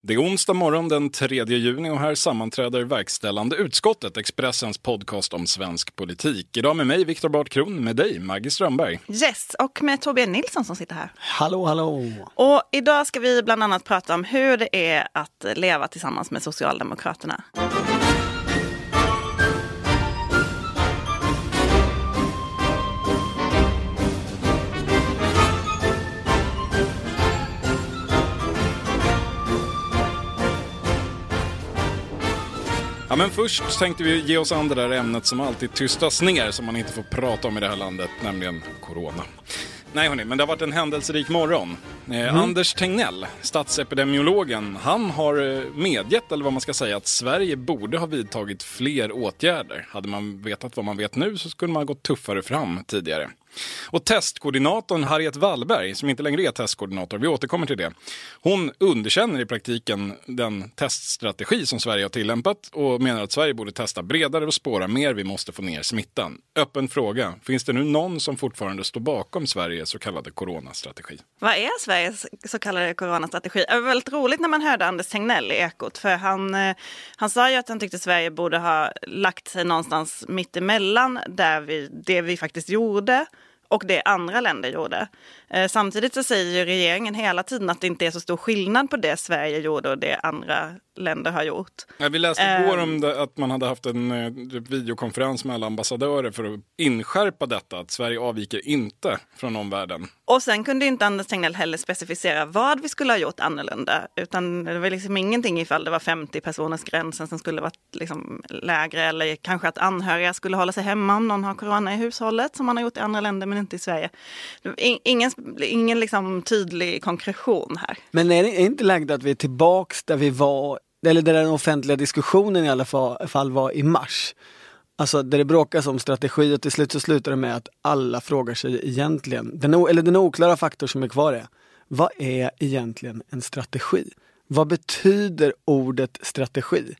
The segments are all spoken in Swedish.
Det är onsdag morgon den 3 juni och här sammanträder verkställande utskottet, Expressens podcast om svensk politik. Idag med mig, Viktor Bartkron, med dig, Maggie Strömberg. Yes, och med Torbjörn Nilsson som sitter här. Hallå, hallå. Och idag ska vi bland annat prata om hur det är att leva tillsammans med Socialdemokraterna. Ja, men först tänkte vi ge oss an det där ämnet som alltid tystas ner, som man inte får prata om i det här landet, nämligen corona. Nej hörni, men det har varit en händelserik morgon. Anders Tegnell, statsepidemiologen, han har medgett, eller vad man ska säga, att Sverige borde ha vidtagit fler åtgärder. Hade man vetat vad man vet nu så skulle man ha gått tuffare fram tidigare. Och testkoordinatorn Harriet Wallberg, som inte längre är testkoordinator, vi återkommer till det. Hon underkänner i praktiken den teststrategi som Sverige har tillämpat och menar att Sverige borde testa bredare och spåra mer, vi måste få ner smittan. Öppen fråga, finns det nu någon som fortfarande står bakom Sveriges så kallade coronastrategi? Vad är Sveriges så kallade coronastrategi? Det var väldigt roligt när man hörde Anders Tegnell i Ekot, för han sa ju att han tyckte Sverige borde ha lagt sig någonstans mitt emellan där det vi faktiskt gjorde och det andra länder gjorde. Samtidigt så säger ju regeringen hela tiden att det inte är så stor skillnad på det Sverige gjorde och det andra länder har gjort. Ja, vi läste igår om det, att man hade haft en videokonferens med alla ambassadörer för att inskärpa detta, att Sverige avviker inte från omvärlden. Och sen kunde inte Anders Tegnell heller specificera vad vi skulle ha gjort annorlunda, utan det var liksom ingenting ifall det var 50 personers gränsen som skulle vara liksom lägre, eller kanske att anhöriga skulle hålla sig hemma om någon har corona i hushållet, som man har gjort i andra länder men inte i Sverige. Ingen liksom tydlig konkretion här. Men är det inte läget att vi är tillbaks där vi var, eller där den offentliga diskussionen i alla fall var i mars? Alltså där det bråkas om strategi och till slut så slutar det med att alla frågar sig egentligen, den oklara faktor som är kvar är, vad är egentligen en strategi? Vad betyder ordet strategi?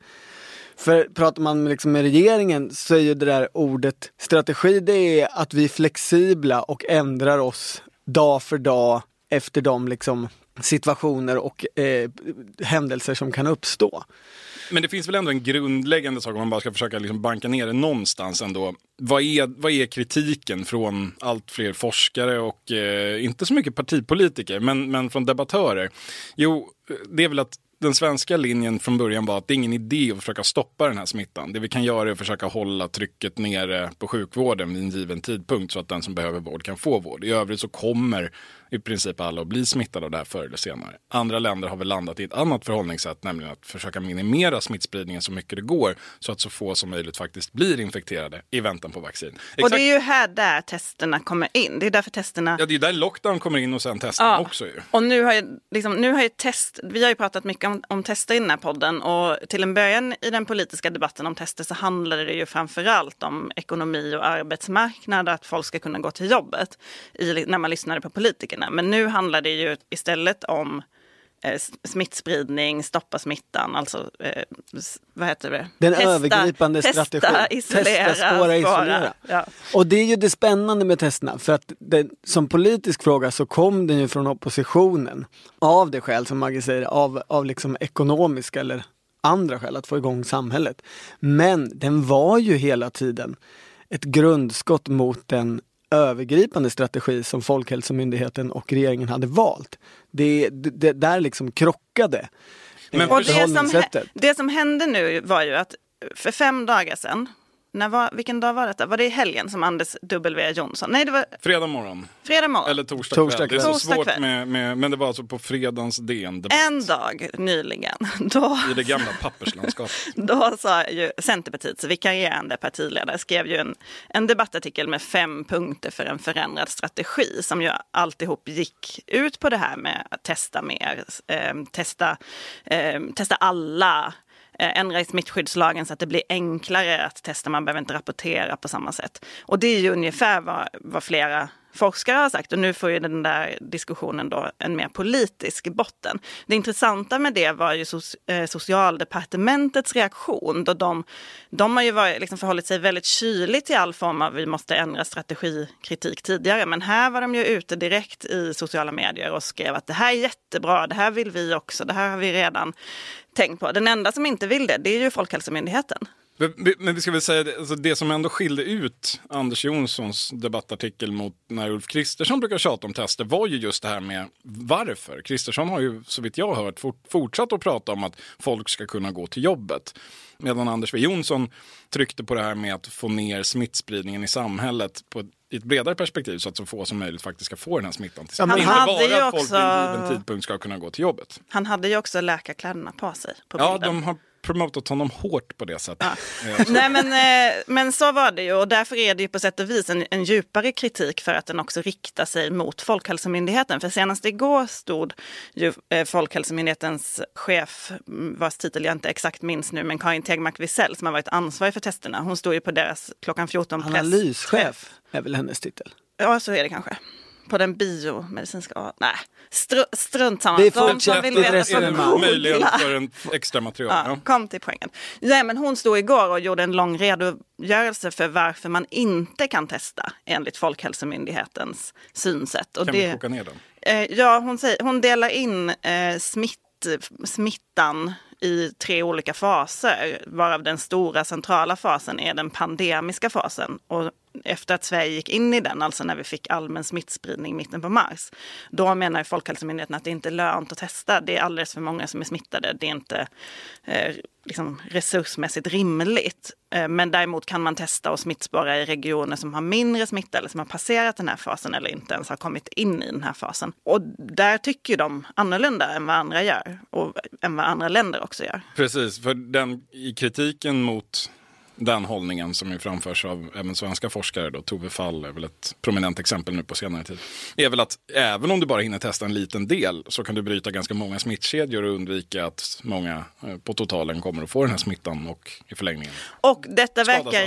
För pratar man liksom med regeringen så är ju det där ordet strategi, det är att vi är flexibla och ändrar oss dag för dag efter de liksom situationer och händelser som kan uppstå. Men det finns väl ändå en grundläggande sak om man bara ska försöka liksom banka ner det någonstans ändå. Vad är kritiken från allt fler forskare och inte så mycket partipolitiker men från debattörer? Jo, det är väl att den svenska linjen från början var att det är ingen idé att försöka stoppa den här smittan. Det vi kan göra är att försöka hålla trycket nere på sjukvården vid en given tidpunkt så att den som behöver vård kan få vård. I övrigt så kommer i princip alla att bli smittade av det här förr eller senare. Andra länder har väl landat i ett annat förhållningssätt, nämligen att försöka minimera smittspridningen så mycket det går så att så få som möjligt faktiskt blir infekterade i väntan på vaccin. Exakt. Och det är ju här där testerna kommer in. Det är därför testerna... Ja, det är där lockdown kommer in och sen testerna också ju. Och nu har ju vi har ju pratat mycket om tester i den här podden, och till en början i den politiska debatten om tester så handlade det ju framförallt om ekonomi och arbetsmarknad, att folk ska kunna gå till jobbet när man lyssnade på politikerna. Men nu handlar det ju istället om smittspridning, stoppa smittan, alltså vad heter det? Den övergripande strategin. Isolera, spåra, isolera. Ja. Och det är ju det spännande med testerna, för att som politisk fråga så kom den ju från oppositionen av det skäl som Maggie säger, av liksom ekonomiska eller andra skäl att få igång samhället. Men den var ju hela tiden ett grundskott mot den övergripande strategi som Folkhälsomyndigheten och regeringen hade valt. Det där liksom krockade. Men och det som hände nu var ju att för 5 dagar sedan, vilken dag var detta? Var det i helgen som Anders W. Jonsson? Nej, det var fredag morgon. Eller torsdag kväll. Det är så svårt men det var alltså på fredagens DN-debatt. En dag nyligen. I det gamla papperslandskapet. Då sa ju Centerpartiets vikarierande partiledare, skrev ju en debattartikel med 5 punkter för en förändrad strategi, som ju alltihop gick ut på det här med att testa mer, testa alla, ändra i smittskyddslagen så att det blir enklare att testa. Man behöver inte rapportera på samma sätt. Och det är ju ungefär vad flera forskare har sagt, och nu får ju den där diskussionen då en mer politisk botten. Det intressanta med det var ju socialdepartementets reaktion, då de har ju liksom förhållit sig väldigt kyligt till all form av vi måste ändra strategikritik tidigare, men här var de ju ute direkt i sociala medier och skrev att det här är jättebra, det här vill vi också, det här har vi redan tänkt på. Den enda som inte vill det är ju Folkhälsomyndigheten. Men vi ska väl säga det, alltså det som ändå skilde ut Anders Jonssons debattartikel mot när Ulf Kristersson brukar tjata om tester var ju just det här med varför. Kristersson har ju, så vitt jag har hört, fortsatt att prata om att folk ska kunna gå till jobbet. Medan Anders W. Jonsson tryckte på det här med att få ner smittspridningen i samhället i ett bredare perspektiv så att så få som möjligt faktiskt ska få den här smittan till sig. Han inte hade bara ju att folk också... vid en given tidpunkt ska kunna gå till jobbet. Han hade ju också läkarkläderna på sig på bilden. Ja, de har promotat honom hårt på det sättet. Ja. Nej, men så var det ju, och därför är det ju på sätt och vis en djupare kritik för att den också riktar sig mot Folkhälsomyndigheten. För senast igår stod ju Folkhälsomyndighetens chef, vars titel jag inte exakt minns nu, men Karin Tegmark Wisell som har varit ansvarig för testerna. Hon stod ju på deras klockan 14 analyschef är väl hennes titel? Ja, så är det kanske. På den biomedicinska... Nej, strunt samma. Det är de som vill veta möjligen för en extra material. Ja, kom till poängen. Ja, men hon stod igår och gjorde en lång redogörelse för varför man inte kan testa enligt Folkhälsomyndighetens synsätt. Och kan vi koka ner den? Ja, hon delar in smittan i 3 olika faser, varav den stora centrala fasen är den pandemiska fasen. Och efter att Sverige gick in i den, alltså när vi fick allmän smittspridning i mitten på mars, då menar Folkhälsomyndigheten att det inte är lönt att testa. Det är alldeles för många som är smittade. Det är inte liksom resursmässigt rimligt. Men däremot kan man testa och smittspåra i regioner som har mindre smitta eller som har passerat den här fasen eller inte ens har kommit in i den här fasen. Och där tycker de annorlunda än vad andra gör och än vad andra länder också gör. Precis, för i kritiken mot den hållningen som ju framförs av även svenska forskare då, Tove Fall är väl ett prominent exempel nu på senare tid, är väl att även om du bara hinner testa en liten del så kan du bryta ganska många smittkedjor och undvika att många på totalen kommer att få den här smittan och i förlängningen. Och detta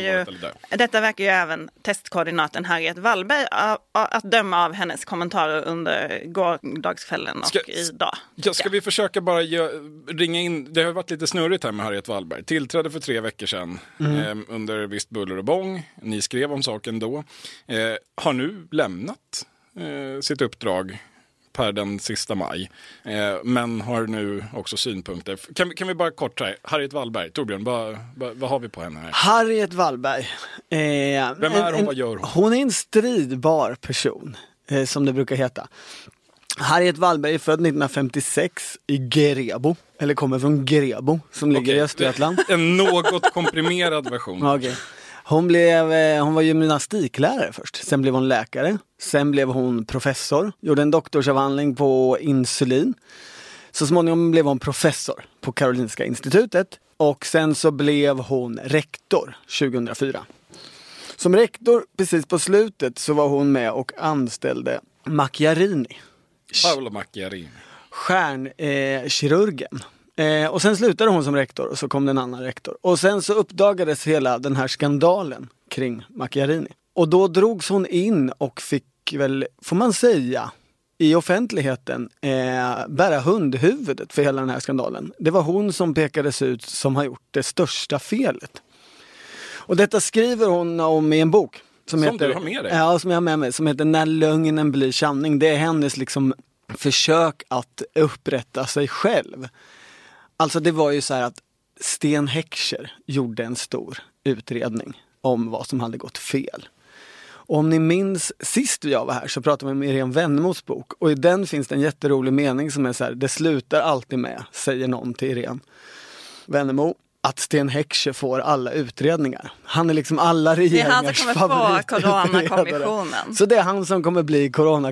verkar ju även testkoordinaten Harriet Wallberg att döma av hennes kommentarer under gårdagskvällen och idag. Ja, ska vi försöka bara ringa in, det har varit lite snurrigt här med Harriet Wallberg. Tillträdde för 3 veckor sedan. Under visst buller och bång. Ni skrev om saken då. Har nu lämnat sitt uppdrag per den sista maj. Men har nu också synpunkter. Kan vi bara kort här. Harriet Wallberg, Torbjörn, vad har vi på henne här? Harriet Wallberg. Vem är hon? Vad gör hon? Hon är en stridbar person, som det brukar heta. Harriet Wallberg är född 1956 i Grebo, eller kommer från Grebo som ligger i Östergötland. En något komprimerad version. Okay. Hon var gymnastiklärare först, sen blev hon läkare, sen blev hon professor, gjorde en doktorsavhandling på insulin. Så småningom blev hon professor på Karolinska institutet och sen så blev hon rektor 2004. Som rektor precis på slutet så var hon med och anställde Macchiarini. Paolo Macchiarini. Stjärnkirurgen. Och sen slutade hon som rektor och så kom det en annan rektor. Och sen så uppdagades hela den här skandalen kring Macchiarini. Och då drogs hon in och fick väl, får man säga, i offentligheten bära hundhuvudet för hela den här skandalen. Det var hon som pekades ut som har gjort det största felet. Och detta skriver hon om i en bok. Som heter, du har med dig? Ja, som jag har med mig. Som heter När lögnen blir sanning. Det är hennes liksom försök att upprätta sig själv. Alltså det var ju så här att Sten Heckscher gjorde en stor utredning om vad som hade gått fel. Och om ni minns sist jag var här så pratade vi om Irene Wennemos bok. Och i den finns det en jätterolig mening som är så här: det slutar alltid med, säger någon till Irene Wennemo, att Sten Heckscher får alla utredningar. Han är liksom alla regeringars favoritutredare. Det är han som kommer få coronakommissionen. Så det är han som kommer bli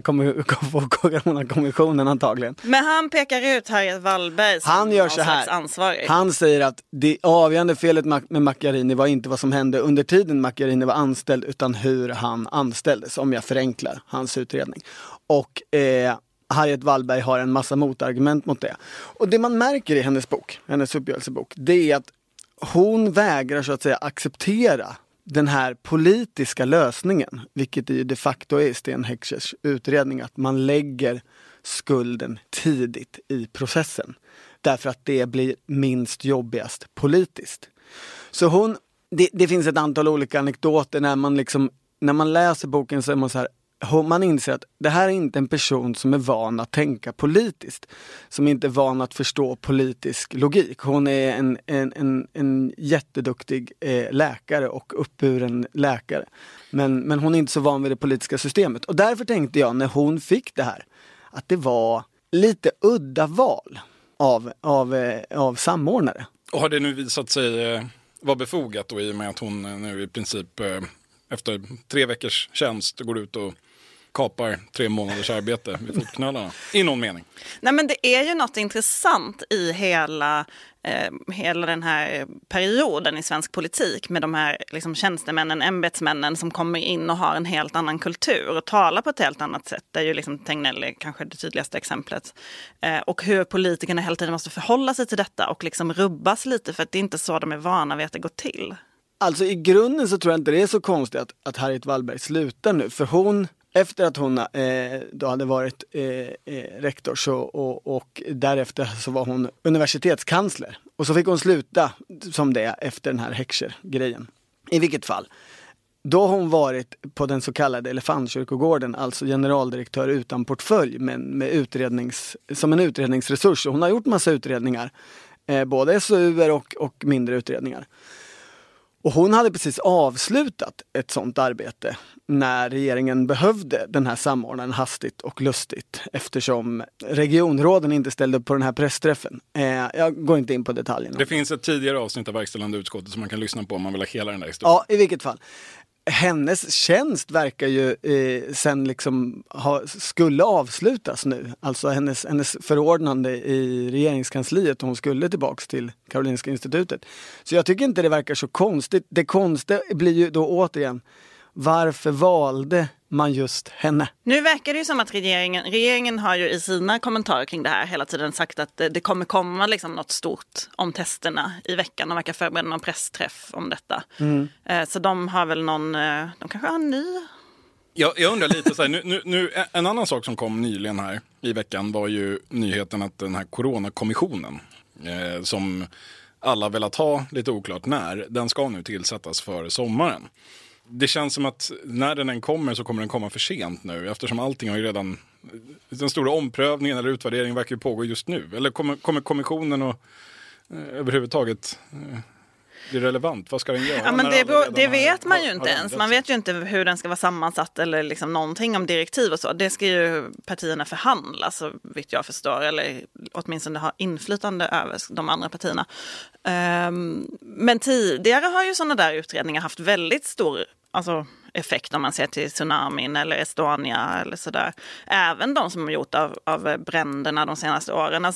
coronakommissionen antagligen. Men han pekar ut Harriet Wallberg som han gör så här. Ansvarig. Han säger att det avgörande felet med Macchiarini var inte vad som hände under tiden Macchiarini var anställd, utan hur han anställdes, om jag förenklar hans utredning. Och Harriet Wallberg har en massa motargument mot det. Och det man märker i hennes bok, hennes uppgörelsebok, det är att hon vägrar så att säga acceptera den här politiska lösningen, vilket ju de facto är Sten Heckschers utredning, att man lägger skulden tidigt i processen. Därför att det blir minst jobbigast politiskt. Så det finns ett antal olika anekdoter när man läser boken, så är man så här, man inser att det här är inte en person som är van att tänka politiskt. Som inte är van att förstå politisk logik. Hon är en jätteduktig läkare och uppburen läkare. Men hon är inte så van vid det politiska systemet. Och därför tänkte jag när hon fick det här att det var lite udda val av samordnare. Och har det nu visat sig vara befogat då, i och med att hon nu i princip efter 3 veckors tjänst går ut och kapar 3 månaders arbete vid fotknölarna, i någon mening? Nej, men det är ju något intressant i hela den här perioden i svensk politik med de här liksom tjänstemännen, ämbetsmännen som kommer in och har en helt annan kultur och talar på ett helt annat sätt. Det är ju liksom Tegnell kanske det tydligaste exemplet. Och hur politikerna hela tiden måste förhålla sig till detta och liksom rubbas lite, för att det är inte så de är vana vid att det går till. Alltså i grunden så tror jag inte det är så konstigt att Harriet Wallberg slutar nu, för hon, efter att hon då hade varit rektor och därefter så var hon universitetskansler. Och så fick hon sluta som det efter den här Heckscher-grejen. I vilket fall, då har hon varit på den så kallade Elefantkyrkogården, alltså generaldirektör utan portfölj, men med som en utredningsresurs. Och hon har gjort massa utredningar, både SOUer och mindre utredningar. Och hon hade precis avslutat ett sånt arbete när regeringen behövde den här samordnaren hastigt och lustigt, eftersom regionråden inte ställde upp på den här pressträffen. Jag går inte in på detaljerna. Det finns ett tidigare avsnitt av verkställande utskottet som man kan lyssna på om man vill ha hela den där historien. Ja, i vilket fall. Hennes tjänst verkar ju sen liksom skulle avslutas nu. Alltså hennes förordnande i regeringskansliet, och hon skulle tillbaks till Karolinska institutet. Så jag tycker inte det verkar så konstigt. Det konstiga blir ju då återigen, varför valde man just henne? Nu verkar det ju som att regeringen har ju i sina kommentarer kring det här hela tiden sagt att det kommer komma liksom något stort om testerna i veckan. De verkar förbereda någon pressträff om detta. Så de har väl de kanske har en ny... Jag undrar lite så här, nu, en annan sak som kom nyligen här i veckan var ju nyheten att den här coronakommissionen som alla velat ha, lite oklart när, den ska nu tillsättas för sommaren. Det känns som att när den kommer så kommer den komma för sent nu, eftersom allting har ju redan, den stora omprövningen eller utvärderingen verkar ju pågå just nu. Eller kommer kommissionen och överhuvudtaget bli relevant? Vad ska den göra? Ja, men det vet man ju inte ens. Man vet ju inte hur den ska vara sammansatt eller liksom någonting om direktiv och så. Det ska ju partierna förhandla, så vitt jag förstår, eller åtminstone ha inflytande över de andra partierna. Men tidigare har ju sådana där utredningar haft väldigt stor effekt, om man ser till tsunamin eller Estonia eller sådär. Även de som har gjort av bränderna de senaste åren.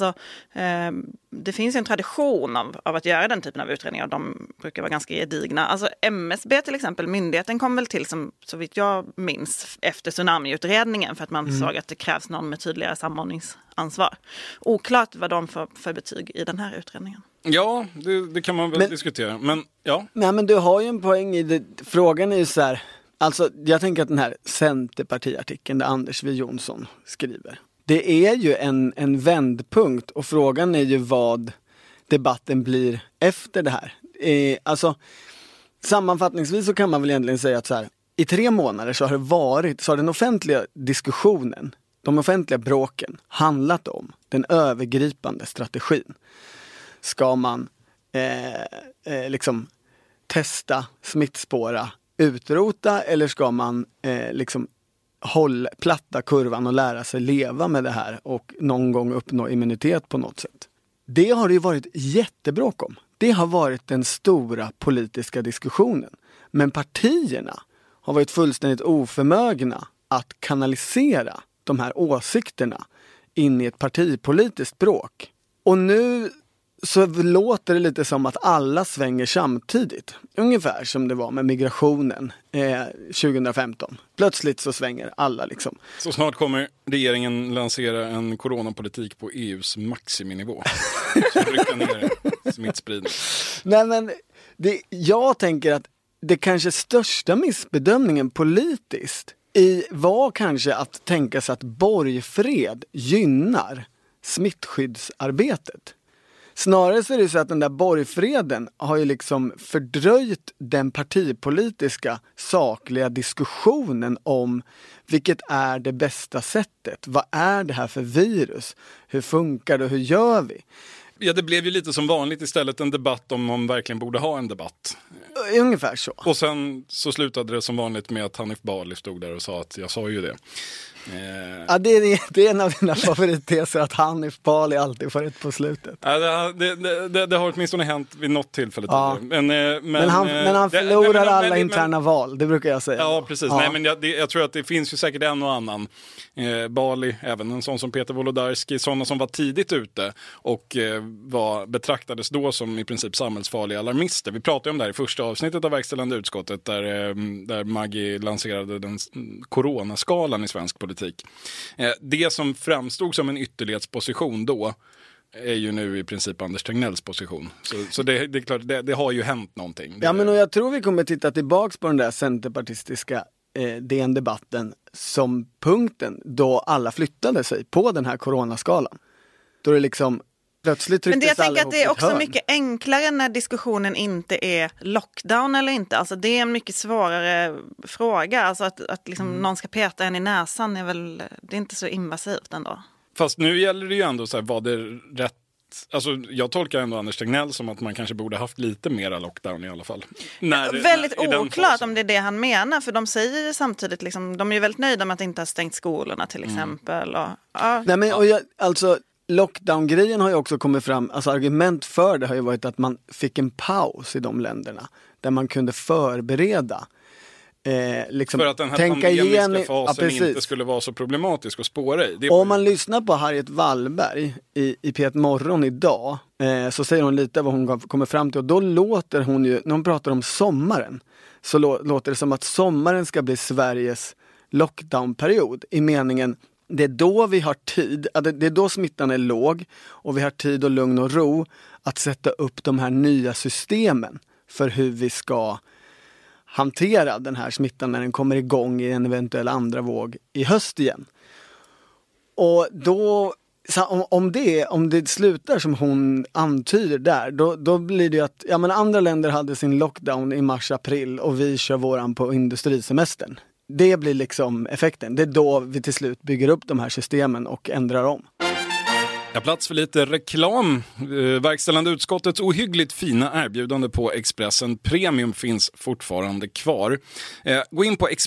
Det finns en tradition av att göra den typen av utredningar. De brukar vara ganska gedigna. MSB till exempel, myndigheten kom väl till, som så vitt jag minns, efter tsunamiutredningen, för att man såg att det krävs någon med tydligare samordningsansvar. Oklart vad de får för betyg i den här utredningen. Ja, det kan man väl diskutera. Men ja. Nej, men du har ju en poäng i det. Frågan är ju så här, alltså jag tänker att den här Centerpartiartikeln där Anders W. Jonsson skriver, det är ju en vändpunkt, och frågan är ju vad debatten blir efter det här. Sammanfattningsvis så kan man väl egentligen säga att så här, i 3 månader så har den offentliga diskussionen, de offentliga bråken handlat om den övergripande strategin. Ska man liksom testa, smittspåra, utrota, eller ska man platta kurvan och lära sig leva med det här och någon gång uppnå immunitet på något sätt? Det har det ju varit jättebråk om. Det har varit den stora politiska diskussionen. Men partierna har varit fullständigt oförmögna att kanalisera de här åsikterna in i ett partipolitiskt bråk. Och nu så låter det lite som att alla svänger samtidigt. Ungefär som det var med migrationen 2015. Plötsligt så svänger alla liksom. Så snart kommer regeringen lansera en coronapolitik på EUs maximinivå. Så rycka ner smittspridning. Nej, men jag tänker att det kanske största missbedömningen politiskt var kanske att tänka sig att borgfred gynnar smittskyddsarbetet. Snarare så är det så att den där borgfreden har ju liksom fördröjt den partipolitiska sakliga diskussionen om vilket är det bästa sättet. Vad är det här för virus? Hur funkar det? Hur gör vi? Ja, det blev ju lite som vanligt istället en debatt om man verkligen borde ha en debatt. Ungefär så. Och sen så slutade det som vanligt med att Hanif Bali stod där och sa att jag sa ju det. Ja, det är en av dina favoritteser att Hanif Bali alltid får rätt på slutet. Ja, det har åtminstone hänt vid något tillfälle. Ja. Men han förlorar alla interna val, det brukar jag säga. Ja, precis. Ja. Nej, men jag tror att det finns ju säkert en och annan. Bali, även en sån som Peter Wolodarski, sådana som var tidigt ute och betraktades då som i princip samhällsfarliga alarmister. Vi pratade om det här i första avsnittet av verkställande utskottet där Maggie lanserade den coronaskalan i svensk politik. Det som framstod som en ytterlighetsposition då är ju nu i princip Anders Tegnells position. Så det är klart, det har ju hänt någonting. Ja, men och jag tror vi kommer titta tillbaks på den där centerpartistiska DN-debatten som punkten då alla flyttade sig på den här coronaskalan. Då det liksom plötsligt trycktes. Men jag tänker att det är också hörn. mycket enklare när diskussionen inte är lockdown eller inte. Alltså det är en mycket svårare fråga. Alltså att liksom någon ska peta en i näsan det är inte så invasivt ändå. Fast nu gäller det ju ändå så här, var det rätt? Alltså jag tolkar ändå Anders Tegnell som att man kanske borde haft lite mera lockdown i alla fall. Väldigt oklart om det är det han menar, för de säger ju samtidigt liksom, de är ju väldigt nöjda med att inte ha stängt skolorna till exempel. Och, ja. Nej, men alltså lockdown-grejen har ju också kommit fram, alltså argument för det har ju varit att man fick en paus i de länderna där man kunde förbereda. Liksom, för att den här pandemiska fasen inte skulle vara så problematisk att spåra i. Om man lyssnar på Harriet Wallberg i P1 Morgon idag så säger hon lite vad hon kommer fram till och då låter hon ju, när hon pratar om sommaren så låter det som att sommaren ska bli Sveriges lockdownperiod i meningen det är då vi har tid, det är då smittan är låg och vi har tid och lugn och ro att sätta upp de här nya systemen för hur vi ska hantera den här smittan när den kommer igång i en eventuell andra våg i höst igen. Och då, om det slutar som hon antyder där, då blir det ju att andra länder hade sin lockdown i mars-april och vi kör våran på industrisemestern. Det blir liksom effekten. Det är då vi till slut bygger upp de här systemen och ändrar om. Ja, plats för lite reklam. Verkställande utskottets ohyggligt fina erbjudande på Expressen Premium finns fortfarande kvar. Gå in på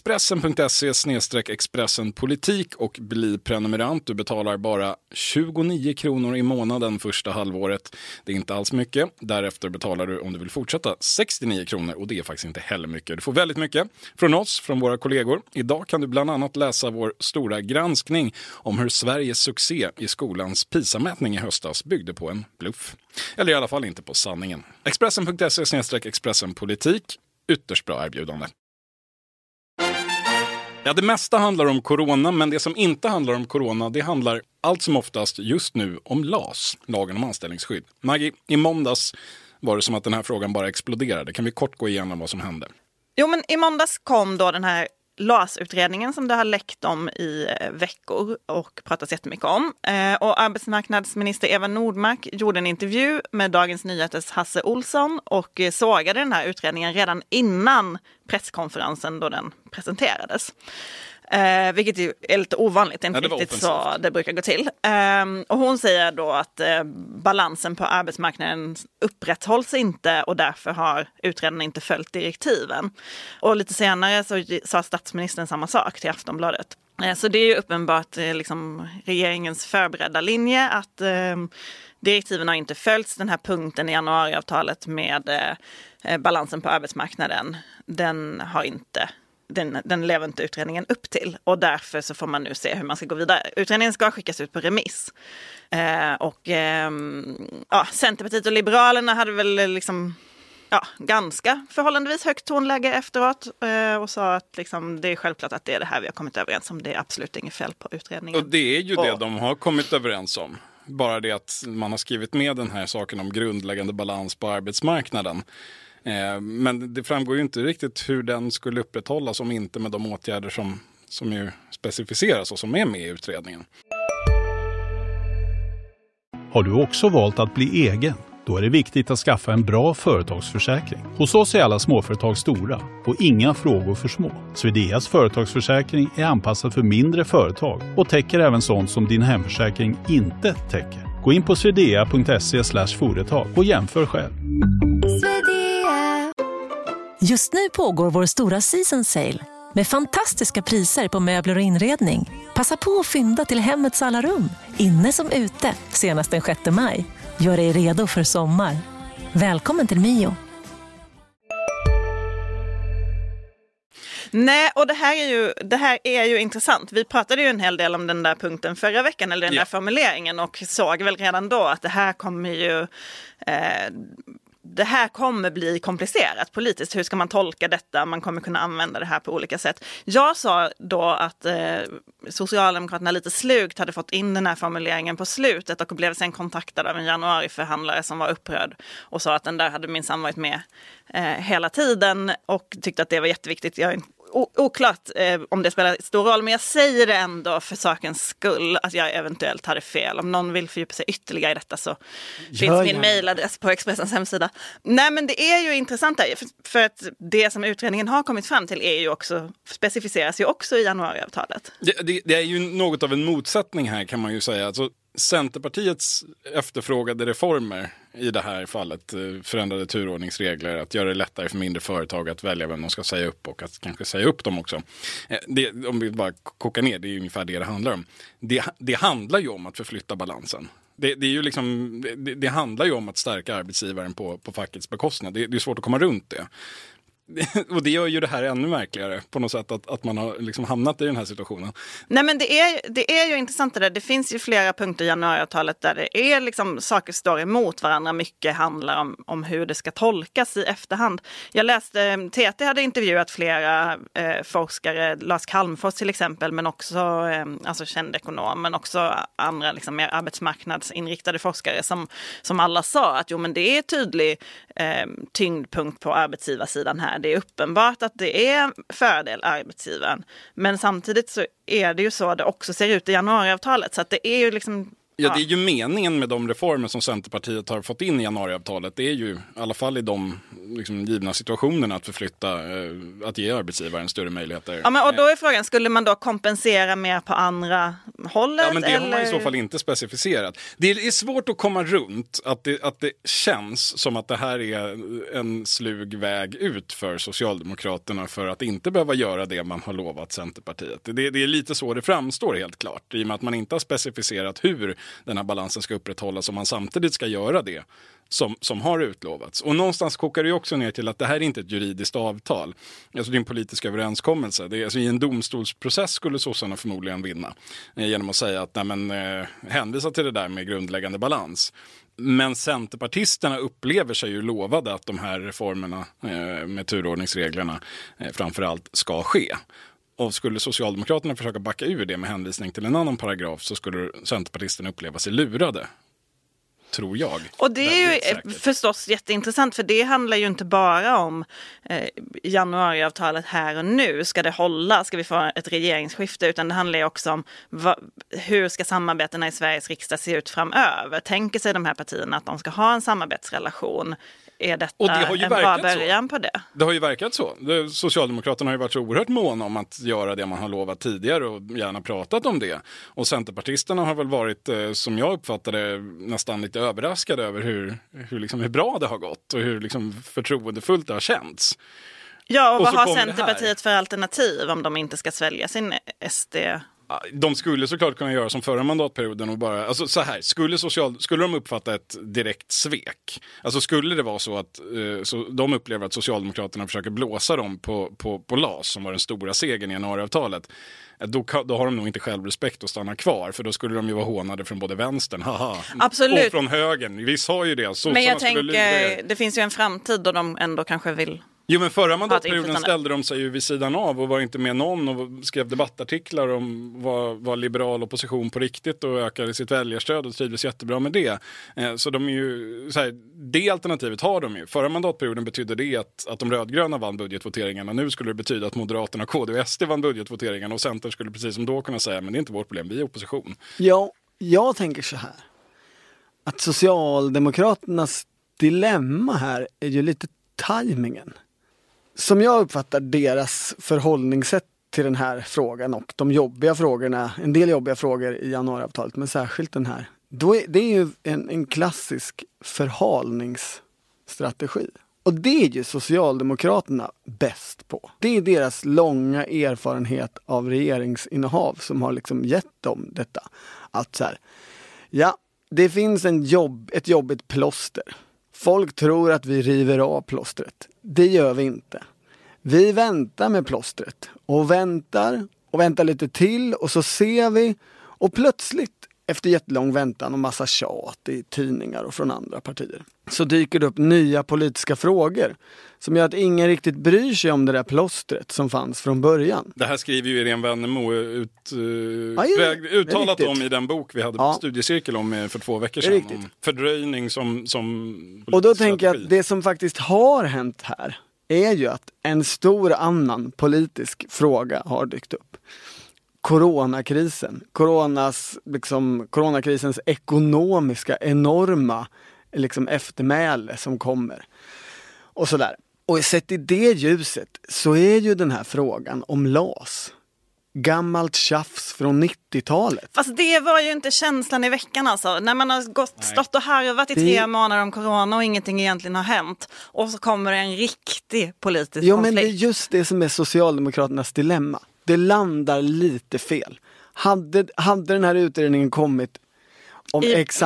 expressen.se/expressenpolitik och bli prenumerant. Du betalar bara 29 kronor i månaden första halvåret. Det är inte alls mycket. Därefter betalar du, om du vill fortsätta, 69 kronor och det är faktiskt inte heller mycket. Du får väldigt mycket från oss, från våra kollegor. Idag kan du bland annat läsa vår stora granskning om hur Sveriges succé i skolans PISA-mätning i höstas byggde på en bluff. Eller i alla fall inte på sanningen. Expressen.se/expressenpolitik. Ytterst bra erbjudande. Ja, det mesta handlar om corona, men det som inte handlar om corona, det handlar allt som oftast just nu om LAS, lagen om anställningsskydd. Maggie, i måndags var det som att den här frågan bara exploderade. Kan vi kort gå igenom vad som hände? Jo, men i måndags kom då den här LAS-utredningen som det har läckt om i veckor och pratats jättemycket om. Och arbetsmarknadsminister Eva Nordmark gjorde en intervju med Dagens Nyheters Hasse Olsson och sågade den här utredningen redan innan presskonferensen då den presenterades. Vilket ju är lite ovanligt, inte riktigt så det brukar gå till. Och hon säger då att balansen på arbetsmarknaden upprätthålls inte och därför har utredarna inte följt direktiven. Och lite senare så sa statsministern samma sak till Aftonbladet. Så det är ju uppenbart liksom regeringens förberedda linje att direktiven har inte följts. Den här punkten i januariavtalet med balansen på arbetsmarknaden, den lever inte utredningen upp till. Och därför så får man nu se hur man ska gå vidare. Utredningen ska skickas ut på remiss. Centerpartiet och Liberalerna hade väl liksom ganska förhållandevis högt tonläge efteråt och sa att liksom, det är självklart att det är det här vi har kommit överens om. Det är absolut inget fel på utredningen. Och det är ju det de har kommit överens om. Bara det att man har skrivit med den här saken om grundläggande balans på arbetsmarknaden. Men det framgår ju inte riktigt hur den skulle upprätthållas om inte med de åtgärder som ju specificeras och som är med i utredningen. Har du också valt att bli egen? Då är det viktigt att skaffa en bra företagsförsäkring. Hos oss är alla småföretag stora och inga frågor för små. Swedeas företagsförsäkring är anpassad för mindre företag och täcker även sånt som din hemförsäkring inte täcker. Gå in på swedea.se/företag och jämför själv. Just nu pågår vår stora season sale med fantastiska priser på möbler och inredning. Passa på att fynda till hemmets alla rum, inne som ute, senast den 6 maj. Gör dig redo för sommar. Välkommen till Mio. Nej, och det här är ju intressant. Vi pratade ju en hel del om den där punkten förra veckan, eller den där formuleringen, och såg väl redan då att det här kommer bli komplicerat politiskt. Hur ska man tolka detta? Man kommer kunna använda det här på olika sätt. Jag sa då att Socialdemokraterna lite slugt hade fått in den här formuleringen på slutet och blev sen kontaktad av en januariförhandlare som var upprörd och sa att den där hade minsann varit med hela tiden och tyckte att det var jätteviktigt. Oklart om det spelar stor roll, men jag säger det ändå för sakens skull att jag eventuellt hade fel. Om någon vill fördjupa sig ytterligare i detta så finns min mejladress på Expressens hemsida. Nej, men det är ju intressant där, för att det som utredningen har kommit fram till är ju också, specificeras ju också i januariavtalet. Det är ju något av en motsättning här, kan man ju säga. Alltså, Centerpartiets efterfrågade reformer i det här fallet, förändrade turordningsregler, att göra det lättare för mindre företag att välja vem de ska säga upp och att kanske säga upp dem också. Om vi bara kokar ner, det är ju ungefär det handlar om. Det handlar ju om att förflytta balansen. Det är ju liksom, det handlar ju om att stärka arbetsgivaren på fackets bekostnad. Det är svårt att komma runt det. Och det gör ju det här ännu märkligare på något sätt att man har liksom hamnat i den här situationen. Nej, men det är ju intressant det där. Det finns ju flera punkter i januariavtalet där det är liksom saker står emot varandra. Mycket handlar om hur det ska tolkas i efterhand. Jag läste, TT hade intervjuat flera forskare, Lars Kalmfors till exempel, men också alltså känd ekonom, men också andra liksom mer arbetsmarknadsinriktade forskare som alla sa att jo, men det är tydlig tyngdpunkt på arbetsgivarsidan här. Det är uppenbart att det är fördel arbetsgivaren. Men samtidigt så är det ju så det också ser ut i januariavtalet. Så att det är ju liksom... Ja, det är ju meningen med de reformer som Centerpartiet har fått in i januariavtalet. Det är ju i alla fall i de liksom givna situationerna att förflytta, att ge arbetsgivaren större möjligheter. Ja, men och då är frågan, skulle man då kompensera mer på andra hållet? Ja, men det har man i så fall inte specificerat. Det är svårt att komma runt att det känns som att det här är en slug väg ut för Socialdemokraterna för att inte behöva göra det man har lovat Centerpartiet. Det är lite så det framstår helt klart, i och med att man inte har specificerat hur den här balansen ska upprätthållas om man samtidigt ska göra det som har utlovats. Och någonstans kokar det ju också ner till att det här är inte ett juridiskt avtal. Alltså det är en politisk överenskommelse. Det är, alltså i en domstolsprocess skulle sossarna förmodligen vinna genom att säga att hänvisa till det där med grundläggande balans. Men centerpartisterna upplever sig ju lovade att de här reformerna med turordningsreglerna framförallt ska ske. Och skulle Socialdemokraterna försöka backa ur det med hänvisning till en annan paragraf så skulle centerpartisterna uppleva sig lurade. Tror jag. Och det är ju förstås jätteintressant, för det handlar ju inte bara om januariavtalet här och nu. Ska det hålla? Ska vi få ett regeringsskifte? Utan det handlar ju också om hur ska samarbetena i Sveriges riksdag se ut framöver? Tänker sig de här partierna att de ska ha en samarbetsrelation? Är detta en bra början på det? Det har ju verkat så. Socialdemokraterna har ju varit så oerhört måna om att göra det man har lovat tidigare och gärna pratat om det. Och centerpartisterna har väl varit, som jag uppfattade, nästan lite överraskade över hur bra det har gått och hur liksom förtroendefullt det har känts. Ja, och vad har Centerpartiet för alternativ om de inte ska svälja sin SD? De skulle såklart kunna göra som förra mandatperioden och bara, alltså så här, skulle de uppfatta ett direkt svek? Alltså skulle det vara så att så de upplever att Socialdemokraterna försöker blåsa dem på LAS, som var den stora segern i januariavtalet, då har de nog inte självrespekt att stanna kvar, för då skulle de ju vara hånade från både vänstern Absolut. Och från högern. Vi sa ju det. Men jag tänker, det finns ju en framtid då de ändå kanske vill... Jo, men förra mandatperioden ställde de sig ju vid sidan av och var inte med någon och skrev debattartiklar om vad liberal opposition på riktigt och ökade sitt väljarstöd och trivdes jättebra med det. Så de är ju så här, det alternativet har de ju. Förra mandatperioden betydde det att de rödgröna vann budgetvoteringarna. Nu skulle det betyda att Moderaterna, KD och SD vann budgetvoteringarna och Centern skulle precis som då kunna säga men det är inte vårt problem, vi är opposition. Ja, jag tänker så här. Att Socialdemokraternas dilemma här är ju lite tajmingen. Som jag uppfattar deras förhållningssätt till den här frågan och de jobbiga frågorna, en del jobbiga frågor i januariavtalet, men särskilt den här. Det är ju en klassisk förhalningsstrategi. Och det är ju Socialdemokraterna bäst på. Det är deras långa erfarenhet av regeringsinnehav som har liksom gett dem detta. Att så här, ja, det finns ett jobbigt plåster. Folk tror att vi river av plåstret. Det gör vi inte. Vi väntar med plåstret och väntar lite till och så ser vi och plötsligt efter jättelång väntan och massa tjat i tidningar och från andra partier så dyker det upp nya politiska frågor som gör att ingen riktigt bryr sig om det där plåstret som fanns från början. Det här skriver ju Irene Wennemo uttalat om i den bok vi hade studiecirkel om för 2 veckor sedan. Om fördröjning som och då tänker jag att det som faktiskt har hänt här är ju att en stor annan politisk fråga har dykt upp. Coronakrisen. Coronakrisens ekonomiska enorma eftermäle som kommer. Och sådär. Och sett i det ljuset så är ju den här frågan om LAS gammalt tjafs från 90-talet. Fast det var ju inte känslan i veckan alltså. När man har stått och harvat i 3 månader om corona och ingenting egentligen har hänt. Och så kommer det en riktig politisk konflikt. Men det är just det som är Socialdemokraternas dilemma. Det landar lite fel. Hade den här utredningen kommit om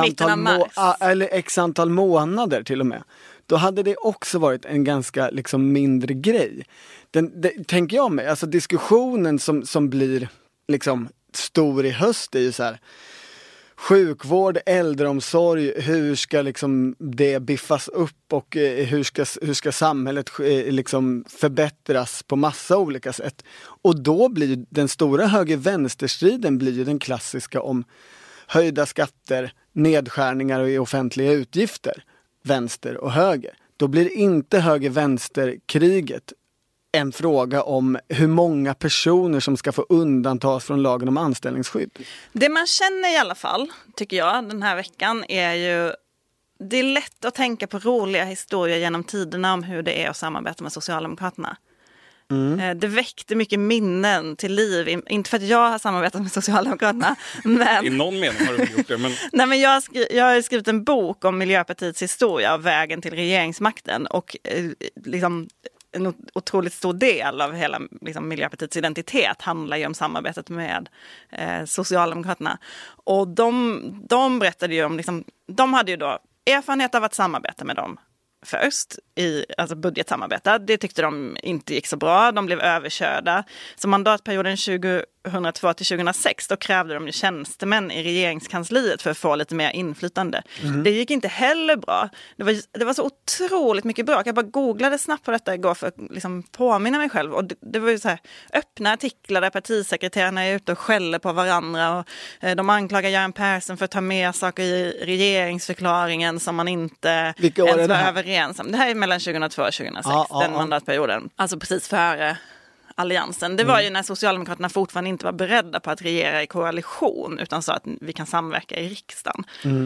x antal månader till och med, då hade det också varit en ganska mindre grej. Tänker jag mig, alltså diskussionen som blir stor i höst är ju så här: sjukvård, äldreomsorg, hur ska det biffas upp och hur ska samhället förbättras på massa olika sätt. Och då blir den stora höger-vänsterstriden blir ju den klassiska om höjda skatter, nedskärningar i offentliga utgifter, vänster och höger. Då blir inte höger-vänster-kriget en fråga om hur många personer som ska få undantas från lagen om anställningsskydd. Det man känner i alla fall, tycker jag, den här veckan är ju... Det är lätt att tänka på roliga historier genom tiderna om hur det är att samarbeta med Socialdemokraterna. Det väckte mycket minnen till liv. Inte för att jag har samarbetat med Socialdemokraterna. Men... I någon mening har du gjort det. Men... Nej, men jag har skrivit en bok om Miljöpartiets historia av vägen till regeringsmakten. Och en otroligt stor del av hela Miljöpartiets identitet handlar ju om samarbetet med Socialdemokraterna. Och de berättade ju om, de hade ju då erfarenhet av att samarbeta med dem först i budgetsamarbete. Det tyckte de inte gick så bra. De blev överkörda. Så mandatperioden 2002 till 2006 då krävde de ju tjänstemän i regeringskansliet för att få lite mer inflytande. Det gick inte heller bra. Det var så otroligt mycket bråk. Jag bara googlade snabbt på detta igår för att påminna mig själv. Och det var ju så här öppna artiklar där partisekreterarna är ute och skäller på varandra. Och de anklagar Göran Persson för att ta med saker i regeringsförklaringen som man inte ens var överens om. Det här är mellan 2002 och 2006, den mandatperioden. Alltså precis före alliansen. Det var ju när Socialdemokraterna fortfarande inte var beredda på att regera i koalition utan sa att vi kan samverka i riksdagen.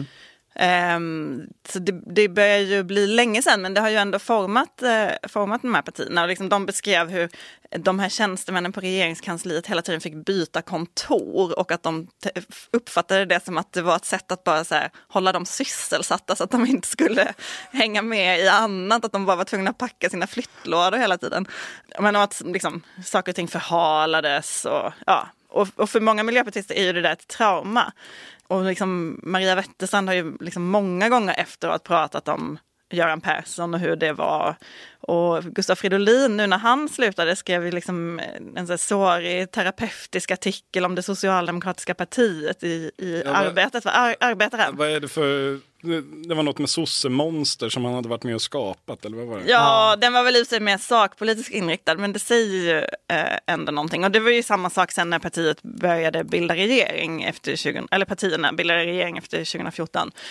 Så det börjar ju bli länge sedan, men det har ju ändå format de här partierna. Och de beskrev hur de här tjänstemännen på regeringskansliet hela tiden fick byta kontor och att de uppfattade det som att det var ett sätt att bara så här, hålla dem sysselsatta så att de inte skulle hänga med i annat, att de bara var tvungna att packa sina flyttlådor hela tiden. Men att saker och ting förhalades och för många miljöpartister är ju det där ett trauma. Och Maria Wetterstrand har ju många gånger efteråt pratat om Göran Persson och hur det var. Och Gustav Fridolin, nu när han slutade, skrev ju en så sårig terapeutisk artikel om det socialdemokratiska partiet i arbetet. Arbetaren. Vad är det för... Det var något med sossemonster som han hade varit med och skapat, eller vad var det? Ja, den var väl i sig mer sakpolitiskt inriktad, men det säger ju ändå någonting. Och det var ju samma sak sen när partiet började bilda regering efter partierna bildade regering efter 2014.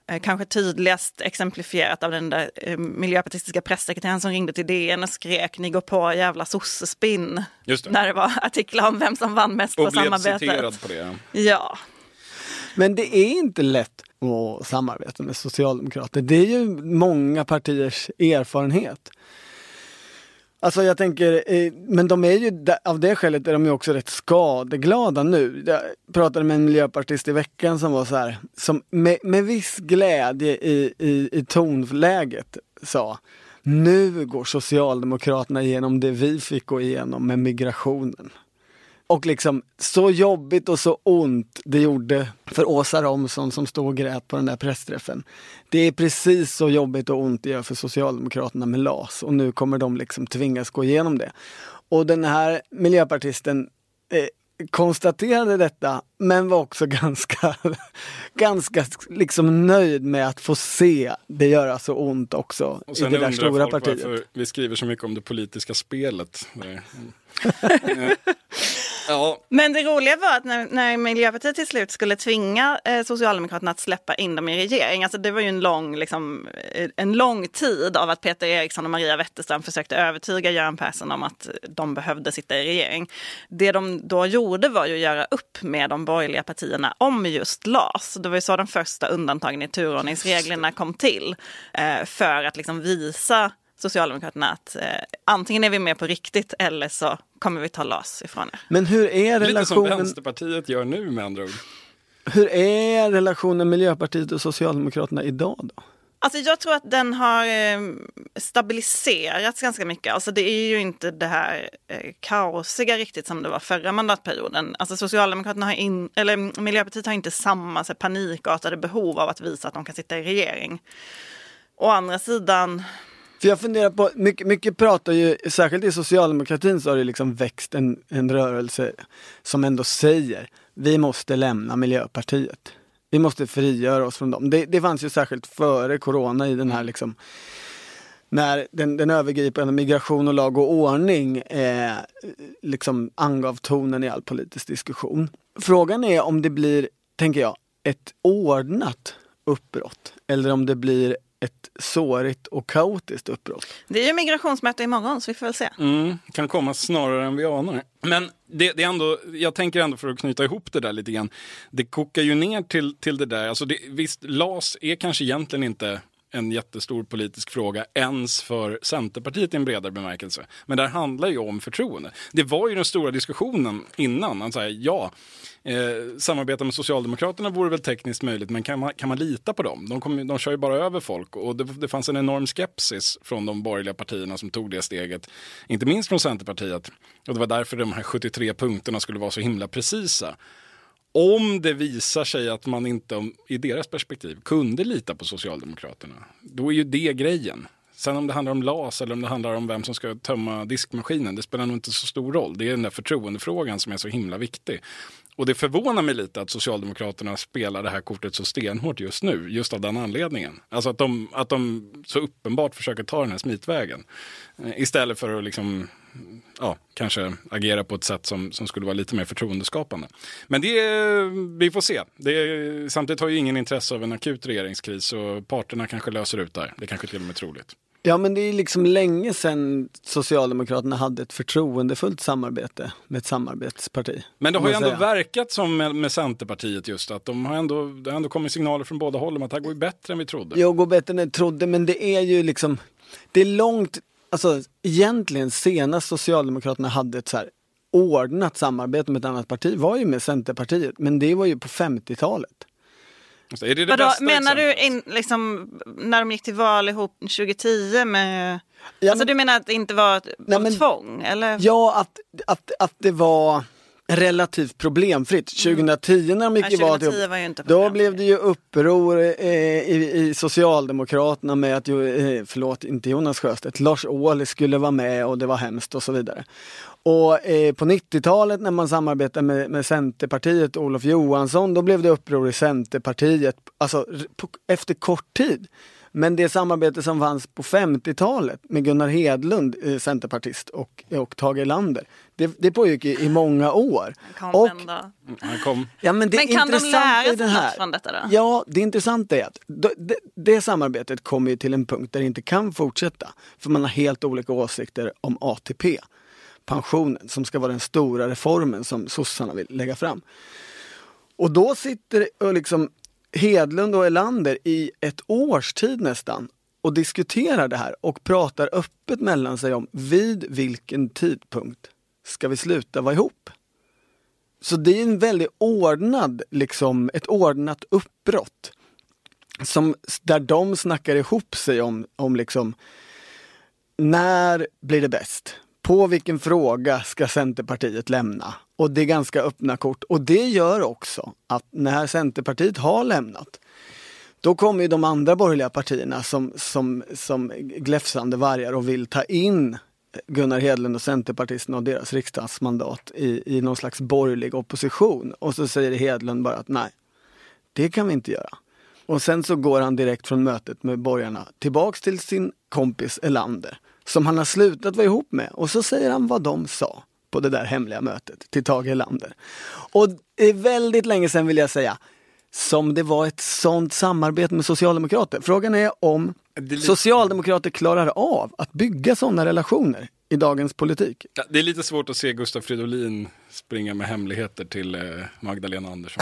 Kanske tydligast exemplifierat av den där miljöpartistiska presssekreteraren som ringde till DN och skrek ni går på jävla sossespinn. När det var artiklar om vem som vann mest på samarbetet. Och blev citerad på det. Ja. Men det är inte lätt att samarbeta med socialdemokrater. Det är ju många partiers erfarenhet. Alltså jag tänker, men de är ju, av det skälet är de ju också rätt skadeglada nu. Jag pratade med en miljöpartist i veckan som var så här, som med viss glädje i tonläget sa, nu går Socialdemokraterna igenom det vi fick gå igenom med migrationen. Och liksom så jobbigt och så ont det gjorde för Åsa Romson som stod och grät på den där pressträffen. Det är precis så jobbigt och ont det gör för Socialdemokraterna med LAS. Och nu kommer de liksom tvingas gå igenom det. Och den här miljöpartisten konstaterade detta, men var också ganska liksom nöjd med att få se det göra så ont också i det där stora partiet. Varför vi skriver så mycket om det politiska spelet. Ja. Men det roliga var att när Miljöpartiet till slut skulle tvinga Socialdemokraterna att släppa in dem i regering, alltså det var ju en lång tid av att Peter Eriksson och Maria Wetterström försökte övertyga Göran Persson om att de behövde sitta i regering. Det de då gjorde var ju att göra upp med de borgerliga partierna om just LAS. Det var ju så de första undantagen i turordningsreglerna kom till, för att liksom visa Socialdemokraterna att antingen är vi med på riktigt eller så kommer vi ta LAS ifrån er. Men hur är relationen... Lite som Vänsterpartiet gör nu med andra ord. Hur är relationen Miljöpartiet och Socialdemokraterna idag då? Alltså jag tror att den har stabiliserats ganska mycket. Alltså det är ju inte det här kaosiga riktigt som det var förra mandatperioden. Alltså Socialdemokraterna Miljöpartiet har inte samma panikartade behov av att visa att de kan sitta i regering. Å andra sidan... För jag funderar på, mycket pratar ju, särskilt i socialdemokratin så har det liksom växt en rörelse som ändå säger, vi måste lämna Miljöpartiet. Vi måste frigöra oss från dem. Det fanns ju särskilt före corona i den här liksom, när den övergripande migration och lag och ordning liksom angav tonen i all politisk diskussion. Frågan är om det blir, tänker jag, ett ordnat uppbrott eller om det blir ett sårigt och kaotiskt uppbrott. Det är ju migrationsmöte imorgon så vi får väl se. Kan komma snarare än vi anar. Men det är ändå, jag tänker ändå för att knyta ihop det där lite grann. Det kokar ju ner till det där. Alltså visst, LAS är kanske egentligen inte en jättestor politisk fråga ens för Centerpartiet i en bredare bemärkelse. Men det handlar ju om förtroende. Det var ju den stora diskussionen innan. Att säga, samarbeta med Socialdemokraterna vore väl tekniskt möjligt, men kan man lita på dem? De kör ju bara över folk och det fanns en enorm skepsis från de borgerliga partierna som tog det steget. Inte minst från Centerpartiet. Och det var därför de här 73 punkterna skulle vara så himla precisa. Om det visar sig att man inte i deras perspektiv kunde lita på Socialdemokraterna, då är ju det grejen. Sen om det handlar om LAS eller om det handlar om vem som ska tömma diskmaskinen, det spelar nog inte så stor roll. Det är den där förtroendefrågan som är så himla viktig. Och det förvånar mig lite att Socialdemokraterna spelar det här kortet så stenhårt just nu, just av den anledningen. Alltså att de så uppenbart försöker ta den här smitvägen. Istället för att liksom, kanske agera på ett sätt som skulle vara lite mer förtroendeskapande. Men vi får se. Samtidigt har ju ingen intresse av en akut regeringskris och parterna kanske löser ut där. Det kanske till och med är troligt. Ja, men det är liksom länge sedan Socialdemokraterna hade ett förtroendefullt samarbete med ett samarbetsparti. Men det har ju ändå verkat som med Centerpartiet just att det har ändå kommit signaler från båda håll om att det här går ju bättre än vi trodde. Jo, går bättre än vi trodde, men det är ju liksom, det är långt, alltså egentligen senast Socialdemokraterna hade ett så här ordnat samarbete med ett annat parti var ju med Centerpartiet, men det var ju på 50-talet. Är det bästa menar du liksom, när de gick till val ihop 2010 med... Alltså du menar att det inte var tvång? Eller? Ja, att det var relativt problemfritt. 2010 när de gick till val ihop, då blev det ju uppror i Socialdemokraterna med att, inte Jonas Sjöstedt, Lars Ohly skulle vara med och det var hemskt och så vidare. Och på 90-talet när man samarbetade med Centerpartiet och Olof Johansson, då blev det uppror i Centerpartiet, alltså efter kort tid. Men det samarbete som fanns på 50-talet med Gunnar Hedlund, centerpartist, och Tage Erlander, det pågick i många år. Han kom. Ja, men kan de lära sig något från detta då? Ja, det intressanta är att det samarbetet kommer ju till en punkt där det inte kan fortsätta. För man har helt olika åsikter om ATP, pensionen, som ska vara den stora reformen som sossarna vill lägga fram. Och då sitter liksom Hedlund och Erlander i ett års tid nästan och diskuterar det här och pratar öppet mellan sig om vid vilken tidpunkt ska vi sluta vara ihop. Så det är en väldigt ordnad, liksom, ett ordnat uppbrott där de snackar ihop sig om liksom, när blir det bäst? På vilken fråga ska Centerpartiet lämna? Och det är ganska öppna kort. Och det gör också att när Centerpartiet har lämnat, då kommer ju de andra borgerliga partierna som gläfsande vargar och vill ta in Gunnar Hedlund och Centerpartisterna och deras riksdagsmandat i någon slags borgerlig opposition. Och så säger Hedlund bara att nej, det kan vi inte göra. Och sen så går han direkt från mötet med borgarna tillbaks till sin kompis Erlander, som han har slutat vara ihop med. Och så säger han vad de sa på det där hemliga mötet till Tage Erlander. Och det är väldigt länge sedan, vill jag säga, som det var ett sånt samarbete med socialdemokrater. Frågan är om socialdemokrater klarar av att bygga sådana relationer i dagens politik. Ja, det är lite svårt att se Gustav Fridolin springa med hemligheter till Magdalena Andersson.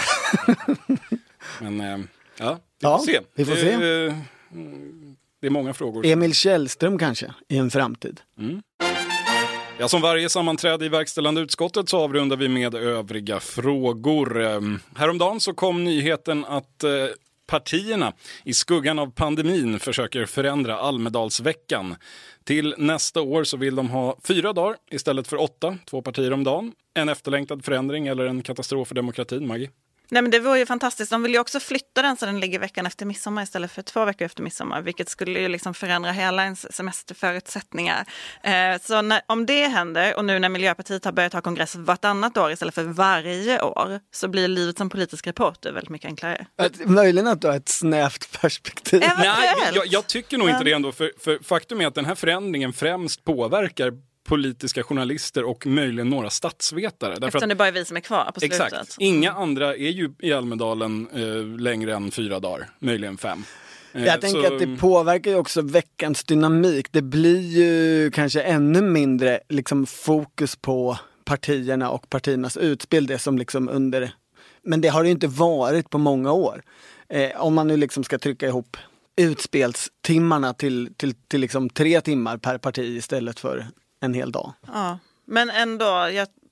Men ja, vi får se. Vi får se. Det är många frågor. Emil Källström kanske i en framtid. Ja, som varje sammanträde i verkställande utskottet så avrundar vi med övriga frågor. Häromdagen så kom nyheten att partierna i skuggan av pandemin försöker förändra Almedalsveckan. Till nästa år så vill de ha 4 dagar istället för 8, 2 partier om dagen. En efterlängtad förändring eller en katastrof för demokratin, Maggie? Nej, men det var ju fantastiskt. De vill ju också flytta den så den ligger veckan efter midsommar istället för 2 veckor efter midsommar. Vilket skulle ju liksom förändra hela ens semesterförutsättningar. Så om det händer och nu när Miljöpartiet har börjat ha kongress vartannat år istället för varje år, så blir livet som politisk reporter väldigt mycket enklare. Möjligen att du har ett snävt perspektiv. Nej, jag tycker nog inte det ändå. För faktum är att den här förändringen främst påverkar politiska journalister och möjligen några statsvetare. Eftersom det bara är vi som är kvar på slutet. Exakt. Inga andra är ju i Almedalen längre än 4 dagar, möjligen 5. Jag tänker att det påverkar ju också veckans dynamik. Det blir ju kanske ännu mindre liksom fokus på partierna och partiernas utspel. Det som liksom men det har det ju inte varit på många år. Om man nu liksom ska trycka ihop utspelstimmarna till liksom 3 timmar per parti istället för en hel dag. Ja, men ändå,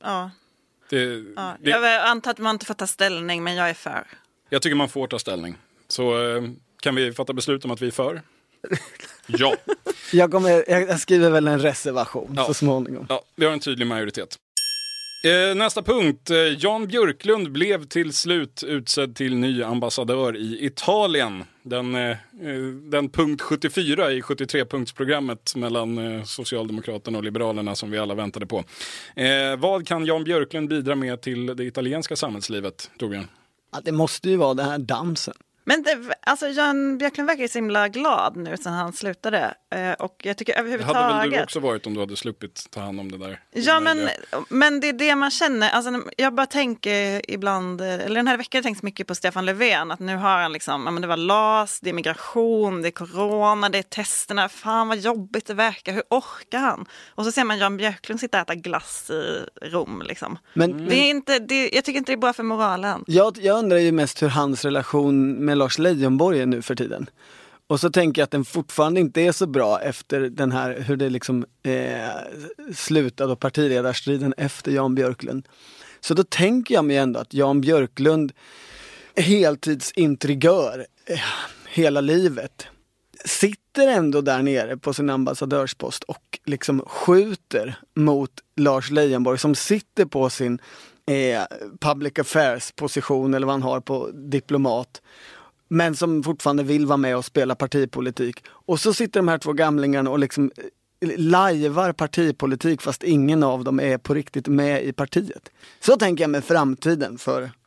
jag antar att man inte får ta ställning, men jag är för. Jag tycker man får ta ställning. Så kan vi fatta beslut om att vi är för? Ja. Jag skriver väl en reservation så småningom. Ja, vi har en tydlig majoritet. Nästa punkt. Jan Björklund blev till slut utsedd till ny ambassadör i Italien. Den punkt 74 i 73-punktsprogrammet mellan Socialdemokraterna och Liberalerna som vi alla väntade på. Vad kan Jan Björklund bidra med till det italienska samhällslivet, Torbjörn? Ja, det måste ju vara den här dansen. Men Jan Björklund verkar ju så himla glad nu sen han slutade. Och jag tycker överhuvudtaget... Det hade väl du också varit om du hade sluppit ta hand om det där? Ja, men det är det man känner. Alltså, jag bara tänker ibland, eller den här veckan har jag tänkt mycket på Stefan Löfven. Att nu har han liksom, det var LAS, det är migration, det är corona, det är testerna. Fan vad jobbigt det verkar, hur orkar han? Och så ser man Jan Björklund sitta och äta glass i Rom liksom. Men det är inte, jag tycker inte det är bra för moralen. Jag undrar ju mest hur hans relation med Lars Leijonborg är nu för tiden. Och så tänker jag att den fortfarande inte är så bra efter den här, hur det liksom slutade och partiledarstriden efter Jan Björklund. Så då tänker jag mig ändå att Jan Björklund är heltidsintrigör hela livet. Sitter ändå där nere på sin ambassadörspost och liksom skjuter mot Lars Leijonborg som sitter på sin public affairs position eller vad han har på diplomat. Men som fortfarande vill vara med och spela partipolitik. Och så sitter de här 2 gamlingarna och liksom lajvar partipolitik fast ingen av dem är på riktigt med i partiet. Så tänker jag med framtiden för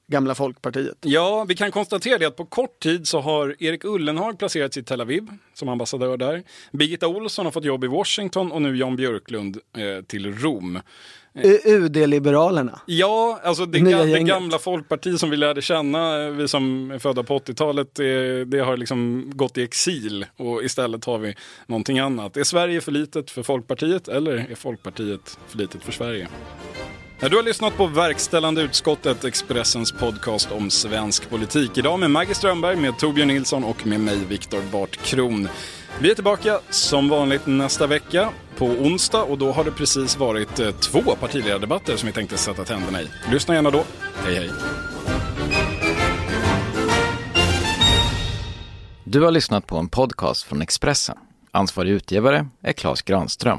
gamla Folkpartiet. Ja, vi kan konstatera det att på kort tid så har Erik Ullenhag placerats i Tel Aviv som ambassadör där. Birgitta Olsson har fått jobb i Washington och nu Jan Björklund till Rom. UD-liberalerna. Ja, alltså det gamla Folkparti som vi lärde känna, vi som är födda på 80-talet, det har liksom gått i exil och istället har vi någonting annat. Är Sverige för litet för Folkpartiet eller är Folkpartiet för litet för Sverige? Du har lyssnat på Verkställande utskottet, Expressens podcast om svensk politik. Idag med Maggie Strömberg, med Torbjörn Nilsson och med mig, Viktor Bart Kron. Vi är tillbaka som vanligt nästa vecka på onsdag och då har det precis varit 2 partiledardebatter som vi tänkte sätta tänderna i. Lyssna gärna då. Hej hej. Du har lyssnat på en podcast från Expressen. Ansvarig utgivare är Claes Granström.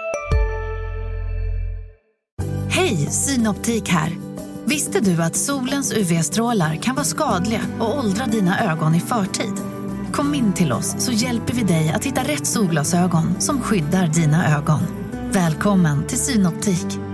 Hej, Synoptik här. Visste du att solens UV-strålar kan vara skadliga och åldra dina ögon i förtid? Kom in till oss så hjälper vi dig att hitta rätt solglasögon som skyddar dina ögon. Välkommen till Synoptik.